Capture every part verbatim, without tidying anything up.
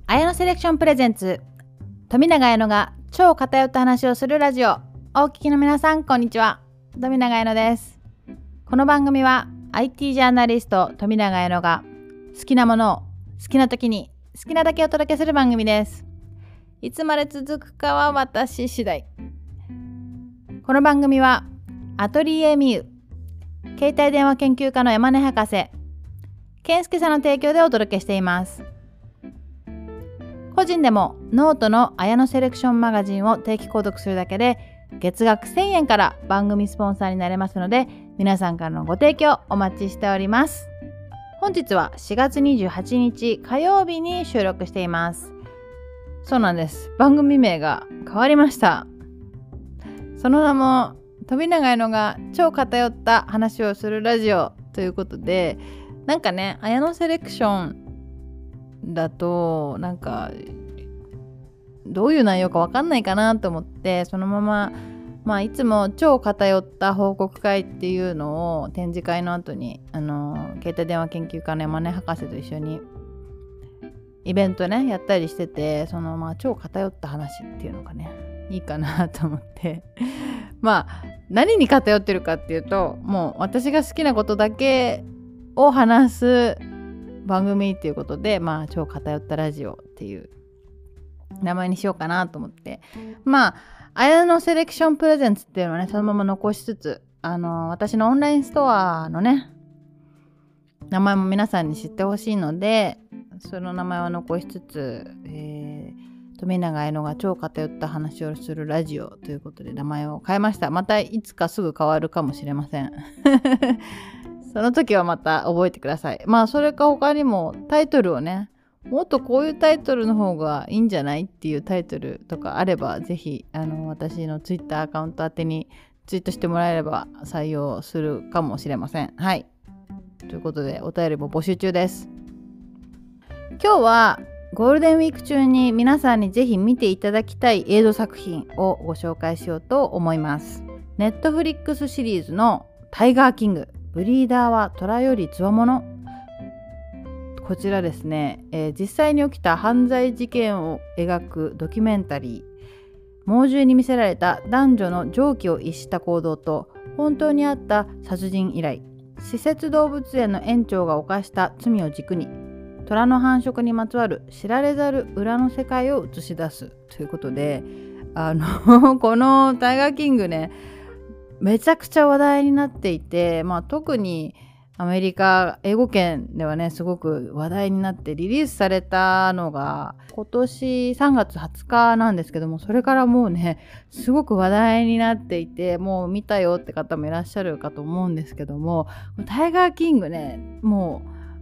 綾野セレクションプレゼンツ、富永綾乃が超偏った話をするラジオ。お聞きの皆さん、こんにちは。富永綾乃です。この番組は アイティー ジャーナリスト富永綾乃が好きなものを好きな時に好きなだけお届けする番組です。いつまで続くかは私次第。この番組はアトリエミユ、携帯電話研究家の山根博士、健介さんの提供でお届けしています。個人でもノートの綾野セレクションマガジンを定期購読するだけで月額せんえんから番組スポンサーになれますので、皆さんからのご提供お待ちしております。本日はしがつにじゅうはちにち火曜日に収録しています。そうなんです。番組名が変わりました。その名も富永綾乃が超偏った話をするラジオということで、なんかね、綾野セレクションだとなんかどういう内容かわかんないかなと思って、そのまままあいつも超偏った報告会っていうのを展示会の後にあの携帯電話研究家の山根博士と一緒にイベントねやったりしてて、そのまあ超偏った話っていうのがねいいかなと思ってまあ何に偏ってるかっていうと、もう私が好きなことだけを話す番組っていうことで、まあ超偏ったラジオっていう名前にしようかなと思って、まあ綾野セレクションプレゼンツっていうのはねそのまま残しつつ、あの私のオンラインストアのね名前も皆さんに知ってほしいので、その名前は残しつつ、えー、富永綾乃が超偏った話をするラジオということで名前を変えました。またいつかすぐ変わるかもしれませんその時はまた覚えてください。まあそれか他にもタイトルをね、もっとこういうタイトルの方がいいんじゃないっていうタイトルとかあれば、ぜひあの私のツイッターアカウント宛てにツイートしてもらえれば採用するかもしれません。はい、ということでお便りも募集中です。今日はゴールデンウィーク中に皆さんにぜひ見ていただきたい映像作品をご紹介しようと思います。ネットフリックスシリーズのタイガーキング、ブリーダーは虎より強者。こちらですね、えー、実際に起きた犯罪事件を描くドキュメンタリー。猛獣に見せられた男女の常軌を逸した行動と本当にあった殺人依頼、施設動物園の園長が犯した罪を軸に虎の繁殖にまつわる知られざる裏の世界を映し出すということで、あのこのタイガーキングねめちゃくちゃ話題になっていて、まあ、特にアメリカ英語圏ではねすごく話題になってリリースされたのが今年さんがつはつかなんですけども、それからもうねすごく話題になっていて、もう見たよって方もいらっしゃるかと思うんですけども、タイガーキングねも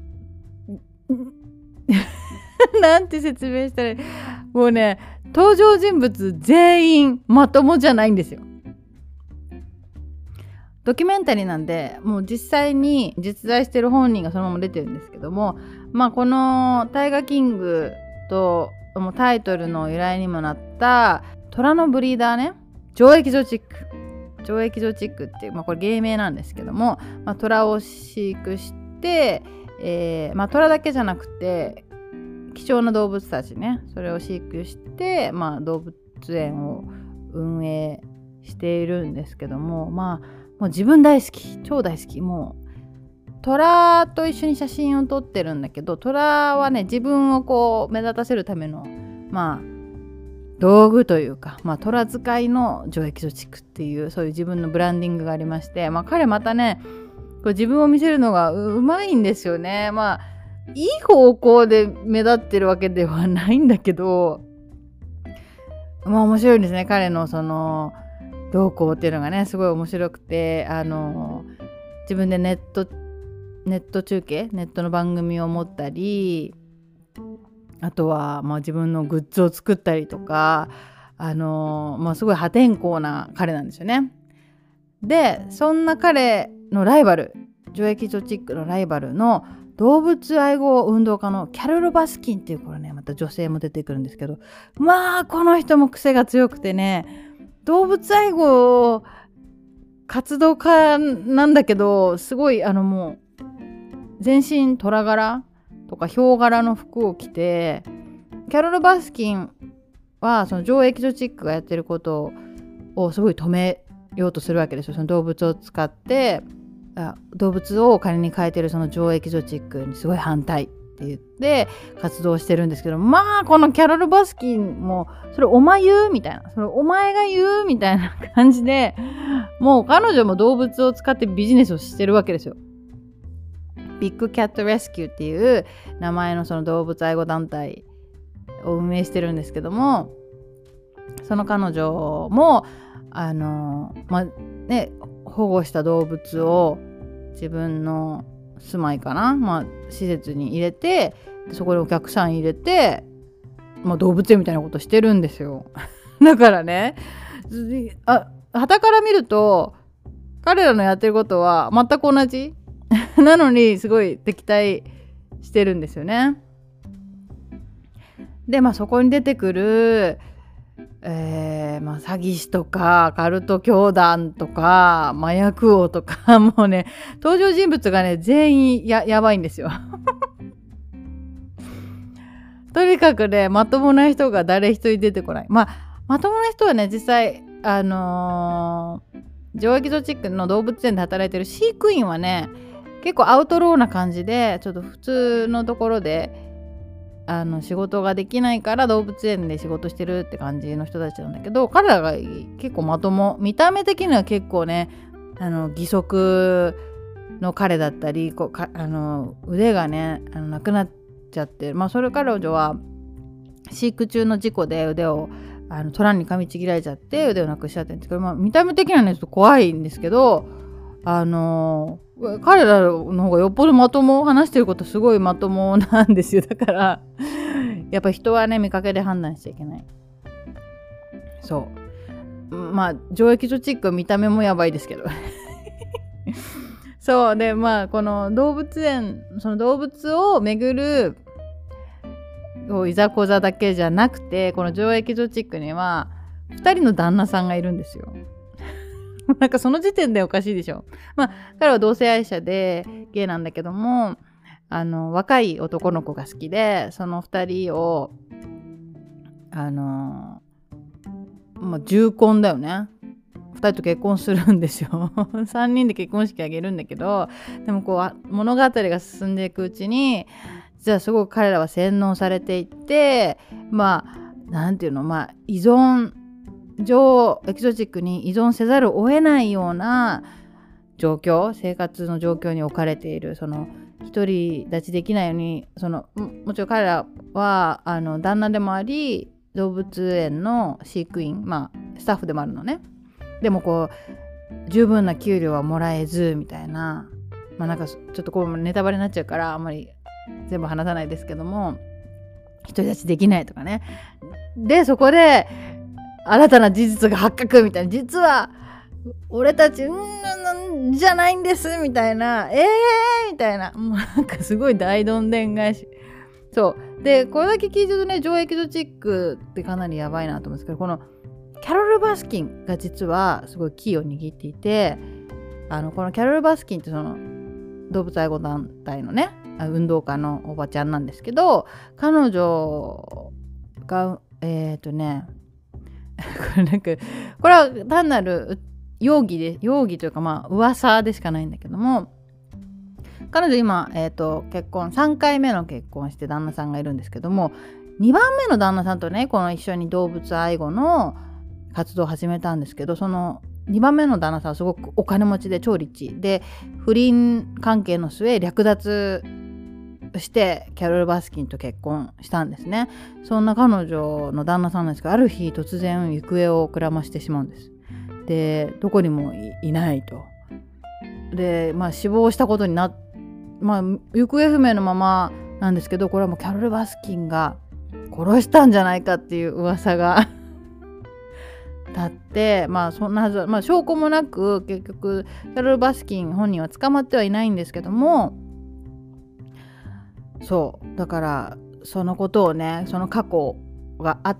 うなんて説明したら、もうね登場人物全員まともじゃないんですよ。ドキュメンタリーなんで、もう実際に実在してる本人がそのまま出てるんですけども、まあこのタイガーキングともうタイトルの由来にもなった虎のブリーダーね、ジョーエキゾチックジョーエキゾチックっていう、まあこれ芸名なんですけども、まあ、虎を飼育して、えー、まあ虎だけじゃなくて貴重な動物たちね、それを飼育して、まあ動物園を運営しているんですけども、まあもう自分大好き、超大好き。もう虎と一緒に写真を撮ってるんだけど、虎はね自分をこう目立たせるためのまあ道具というか、まあ虎使いのジョーエキゾチックっていうそういう自分のブランディングがありまして、まあ彼またねこう自分を見せるのが う, うまいんですよね。まあいい方向で目立ってるわけではないんだけど、まあ面白いんですね、彼のその動向っていうのがねすごい面白くて、あの自分でネットネット中継ネットの番組を持ったり、あとはまあ自分のグッズを作ったりとか、あのまあすごい破天荒な彼なんですよね。でそんな彼のライバル、ジョーエキゾチックのライバルの動物愛護運動家のキャロル・バスキンっていう、これねまた女性も出てくるんですけど、まあこの人も癖が強くてね、動物愛護活動家なんだけど、すごいあのもう全身虎柄とかヒョウ柄の服を着て、 キャロル・バスキンはそのジョー・エキゾチックがやってることをすごい止めようとするわけですよ。その動物を使ってあ動物をお金に変えてるそのジョー・エキゾチックにすごい反対って言って活動してるんですけど、まあこのキャロル・バスキンもそれお前言うみたいな、それお前が言うみたいな感じで、もう彼女も動物を使ってビジネスをしてるわけですよ。ビッグキャットレスキューっていう名前のその動物愛護団体を運営してるんですけども、その彼女もあのまあね保護した動物を自分の住まいかな、まあ、施設に入れて、そこでお客さん入れて、まあ、動物園みたいなことしてるんですよ。だからね、あ傍から見ると彼らのやってることは全く同じなのにすごい敵対してるんですよね。でまあそこに出てくるえーまあ、詐欺師とかカルト教団とか麻薬王とかもうね登場人物がね全員 や, やばいんですよとにかくねまともな人が誰一人出てこない。まあまともな人はね実際あのー、ジョー・エキゾチックの動物園で働いてる飼育員はね結構アウトローな感じでちょっと普通のところであの仕事ができないから動物園で仕事してるって感じの人たちなんだけど、彼らが結構まとも、見た目的には結構ねあの義足の彼だったりこうかあの腕がねあのなくなっちゃって、まあそれ彼女は飼育中の事故で腕をあのトランに噛みちぎられちゃって腕をなくしちゃってるんですけど、まあ、見た目的にはねちょっと怖いんですけど、あの彼らの方がよっぽどまとも、話してることすごいまともなんですよ。だからやっぱ人はね見かけで判断しちゃいけない。そうまあジョー・エキゾチックは見た目もやばいですけどそうでまあこの動物園、その動物を巡るいざこざだけじゃなくて、このジョー・エキゾチックにはふたりの旦那さんがいるんですよなんかその時点でおかしいでしょ。まあ彼は同性愛者でゲイなんだけども、あの若い男の子が好きで、そのふたりをあのまあ重婚だよね。ふたりと結婚するんですよさんにんで結婚式あげるんだけど、でもこう物語が進んでいくうちに実はすごく彼らは洗脳されていって、まあなんていうの、まあ依存ジョー・エキゾチックに依存せざるを得ないような状況、生活の状況に置かれている。その一人立ちできないように、その も, もちろん彼らはあの旦那でもあり動物園の飼育員、まあスタッフでもあるのね。でもこう十分な給料はもらえずみたいな、まあなんかちょっとこうネタバレになっちゃうからあんまり全部話さないですけども、一人立ちできないとかね。でそこで新たな事実が発覚みたいな、実は俺たちうんじゃないんですみたいな、えーみたいな、もうなんかすごい大どんでん返し。そうでこれだけ聞いてるとね、ジョー・エキゾチックってかなりやばいなと思うんですけど、このキャロル・バスキンが実はすごいキーを握っていて、あのこのキャロル・バスキンってその動物愛護団体のね運動家のおばちゃんなんですけど、彼女がえっ、ー、とねこれなんかこれは単なる容疑で容疑というかまあ噂でしかないんだけども、彼女今、えーと、結婚さんかいめの結婚して旦那さんがいるんですけども、にばんめの旦那さんとねこの一緒に動物愛護の活動を始めたんですけど、そのにばんめの旦那さんはすごくお金持ちで超リッチで、不倫関係の末略奪してキャロル・バスキンと結婚したんですね。そんな彼女の旦那さんなんですが、ある日突然行方をくらましてしまうんです。でどこにも い, いないと。でまあ死亡したことになっまあ行方不明のままなんですけど、これはもうキャロル・バスキンが殺したんじゃないかっていう噂が立って、まあそんなはずは、まあ、証拠もなく結局キャロル・バスキン本人は捕まってはいないんですけども、そうだからそのことをね、その過去があって、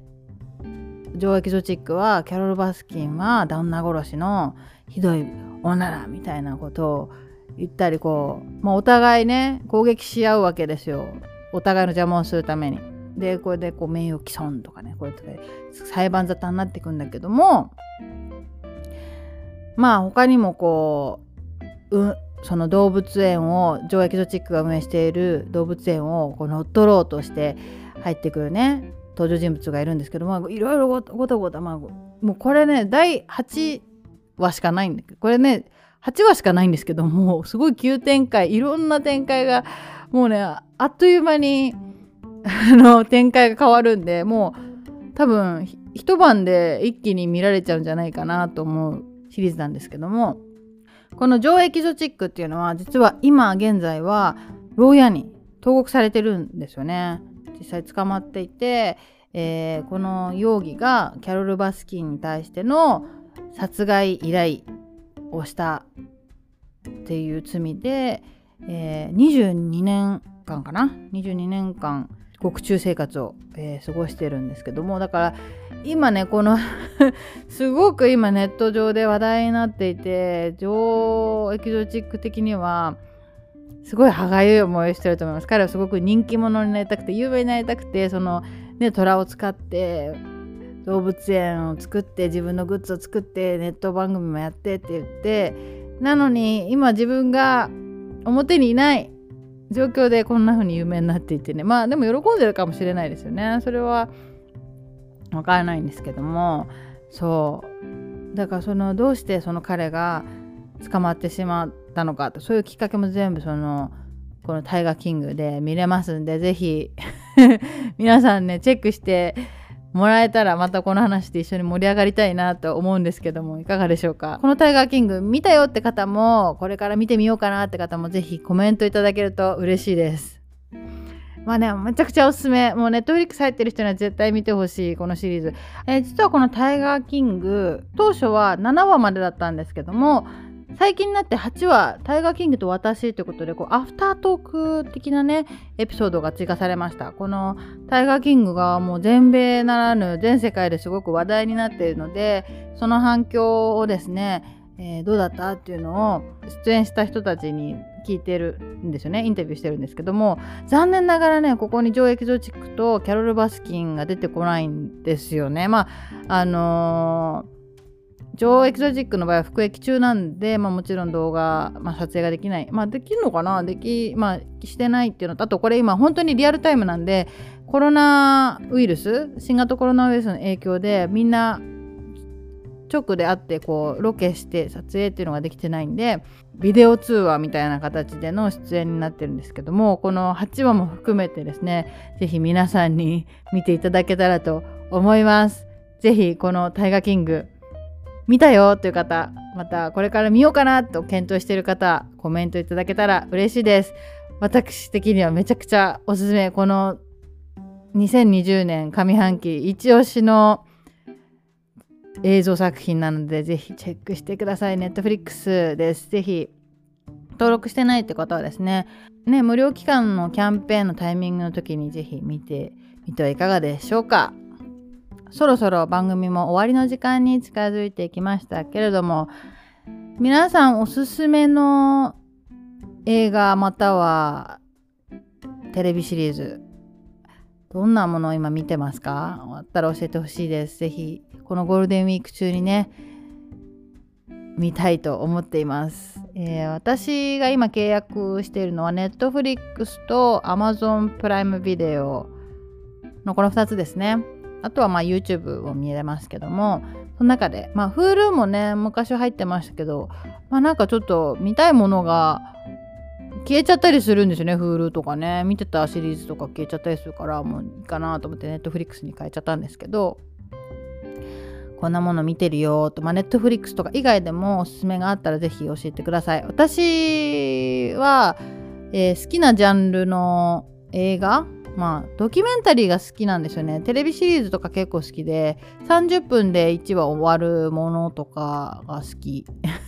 ジョー・エキゾチックはキャロル・バスキンは旦那殺しのひどい女だみたいなことを言ったり、こう、まあ、お互いね攻撃し合うわけですよ、お互いの邪魔をするために。 でこれでこう名誉毀損とかねこれで裁判沙汰になっていくんだけども、まあ他にもこう、うん、その動物園をジョーエキゾチックが運営している動物園をこう乗っ取ろうとして入ってくるね登場人物がいるんですけども、いろいろごたごたごた、まあ、もうこれねだいはちわしかないんだけど、これねはちわしかないんですけども、すごい急展開、いろんな展開がもうねあっという間にあの展開が変わるんで、もう多分一晩で一気に見られちゃうんじゃないかなと思うシリーズなんですけども、このジョーエキゾチックっていうのは実は今現在は牢屋に投獄されてるんですよね。実際捕まっていて、えー、この容疑がキャロル・バスキンに対しての殺害依頼をしたっていう罪で、えー、にじゅうにねんかんかなにじゅうにねんかん獄中生活を、えー、過ごしてるんですけども、だから今ねこのすごく今ネット上で話題になっていて、ジョーエキゾチック的にはすごい歯がゆい思いをしてると思います。彼はすごく人気者になりたくて有名になりたくて、そのね虎を使って動物園を作って自分のグッズを作ってネット番組もやってって言って、なのに今自分が表にいない状況でこんな風に有名になっていてね、まあでも喜んでるかもしれないですよね。それはわからないんですけども、そうだからそのどうしてその彼が捕まってしまったのかと、そういうきっかけも全部そのこのタイガーキングで見れますんで、ぜひ皆さんねチェックしてもらえたら、またこの話で一緒に盛り上がりたいなと思うんですけども、いかがでしょうか。このタイガーキング見たよって方も、これから見てみようかなって方もぜひコメントいただけると嬉しいです。まあね、めちゃくちゃおすすめ。もうネットフリックス入ってる人には絶対見てほしいこのシリーズ。えー、実はこのタイガーキング当初はななわまでだったんですけども、最近になってはちわ、タイガーキングと私ということで、こうアフタートーク的なねエピソードが追加されました。このタイガーキングがもう全米ならぬ全世界ですごく話題になっているので、その反響をですね、えー、どうだったっていうのを出演した人たちに聞いてるんですよね。インタビューしてるんですけども、残念ながらねここにジョーエキゾチックとキャロル・バスキンが出てこないんですよね。まああのージョーエキゾチックの場合は服役中なんで、まあ、もちろん動画、まあ、撮影ができない、まあ、できるのかなでき、まあ、してないっていうのと、あとこれ今本当にリアルタイムなんで、コロナウイルス新型コロナウイルスの影響でみんな直で会ってこうロケして撮影っていうのができてないんで、ビデオ通話みたいな形での出演になってるんですけども、このはちわも含めてですね、ぜひ皆さんに見ていただけたらと思います。ぜひこのタイガーキング見たよという方、またこれから見ようかなと検討している方、コメントいただけたら嬉しいです。私的にはめちゃくちゃおすすめ。このにせんにじゅうねん上半期一押しの映像作品なので、ぜひチェックしてください。ネットフリックスです。ぜひ登録してないって方はですね、ね無料期間のキャンペーンのタイミングの時にぜひ見てみてはいかがでしょうか。そろそろ番組も終わりの時間に近づいてきましたけれども、皆さんおすすめの映画またはテレビシリーズ、どんなものを今見てますか？あったら教えてほしいです。ぜひこのゴールデンウィーク中にね見たいと思っています。えー、私が今契約しているのは Netflix と Amazon プライムビデオのこのふたつですね。あとはまあ YouTube を見れますけども、その中でまあ Hulu もね昔は入ってましたけど、まあなんかちょっと見たいものが消えちゃったりするんですよね。 Hulu とかね、見てたシリーズとか消えちゃったりするから、もういいかなと思って Netflix に変えちゃったんですけど、こんなもの見てるよと、まあ Netflix とか以外でもおすすめがあったらぜひ教えてください。私は、えー、好きなジャンルの映画、まあドキュメンタリーが好きなんですよね。テレビシリーズとか結構好きで、さんじゅっぷんでいちわ終わるものとかが好き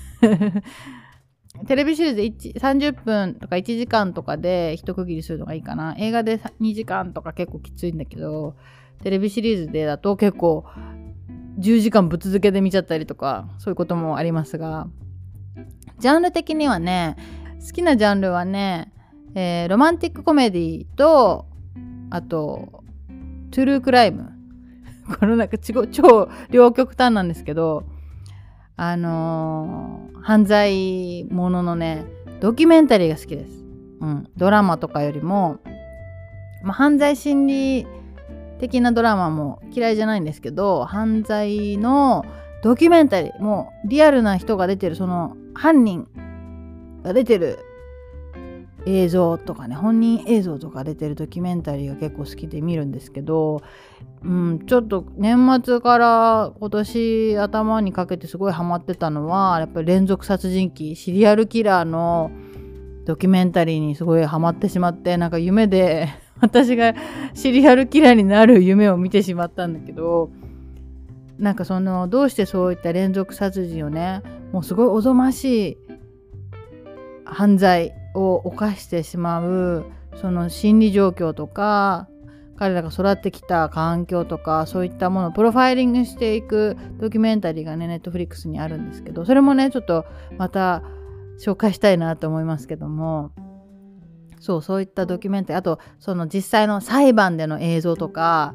テレビシリーズさんじゅっぷんとかいちじかんとかで一区切りするのがいいかな。映画でにじかんとか結構きついんだけど、テレビシリーズでだと結構じゅうじかんぶっ続けで見ちゃったりとか、そういうこともありますが、ジャンル的にはね、好きなジャンルはね、えー、ロマンティックコメディと、あとトゥルークライムこのなんか超超両極端なんですけど、あのー、犯罪もののねドキュメンタリーが好きです、うん、ドラマとかよりも、まあ、犯罪心理的なドラマも嫌いじゃないんですけど、犯罪のドキュメンタリー、もうリアルな人が出てる、その犯人が出てる映像とかね、本人映像とか出てるドキュメンタリーが結構好きで見るんですけど、うん、ちょっと年末から今年頭にかけてすごいハマってたのは、やっぱり連続殺人鬼シリアルキラーのドキュメンタリーにすごいハマってしまって、なんか夢で私がシリアルキラーになる夢を見てしまったんだけど、なんかそのどうしてそういった連続殺人をね、もうすごいおぞましい犯罪を犯してしまうその心理状況とか、彼らが育ってきた環境とか、そういったものをプロファイリングしていくドキュメンタリーがね、ネットフリックスにあるんですけど、それもねちょっとまた紹介したいなと思いますけども、そうそういったドキュメンタリー、あとその実際の裁判での映像とか、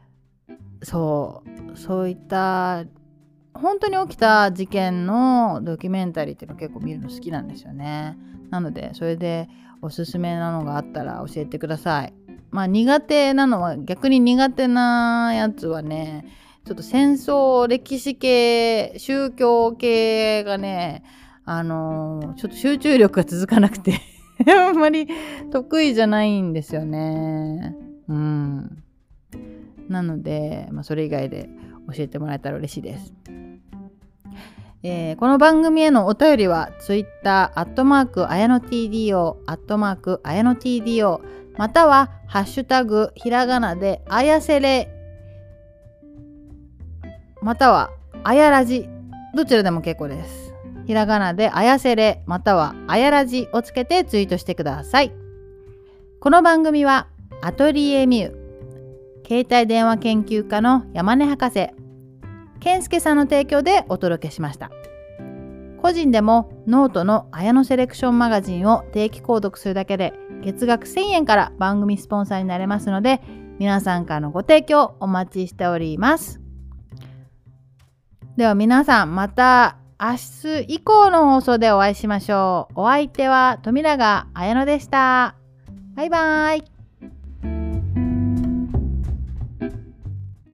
そうそういった本当に起きた事件のドキュメンタリーっていうの結構見るの好きなんですよね。なのでそれでおすすめなのがあったら教えてください。まあ苦手なのは、逆に苦手なやつはね、ちょっと戦争歴史系宗教系がね、あのー、ちょっと集中力が続かなくてあんまり得意じゃないんですよね。うん。なので、まあ、それ以外で教えてもらえたら嬉しいです。えー、この番組へのお便りは Twitter アットマークあやの ティーディーオー アットマークあやの ティーディーオー、 またはハッシュタグひらがなであやせれ、またはあやらじ、どちらでも結構です。ひらがなであやせれまたはあやらじをつけてツイートしてください。この番組はアトリエミュー携帯電話研究家の山根博士健介さんの提供でお届けしました。個人でもノートのあやのセレクションマガジンを定期購読するだけで月額せんえんから番組スポンサーになれますので、皆さんからのご提供お待ちしております。では皆さん、また明日以降の放送でお会いしましょう。お相手は富永彩乃でした。バイバイ。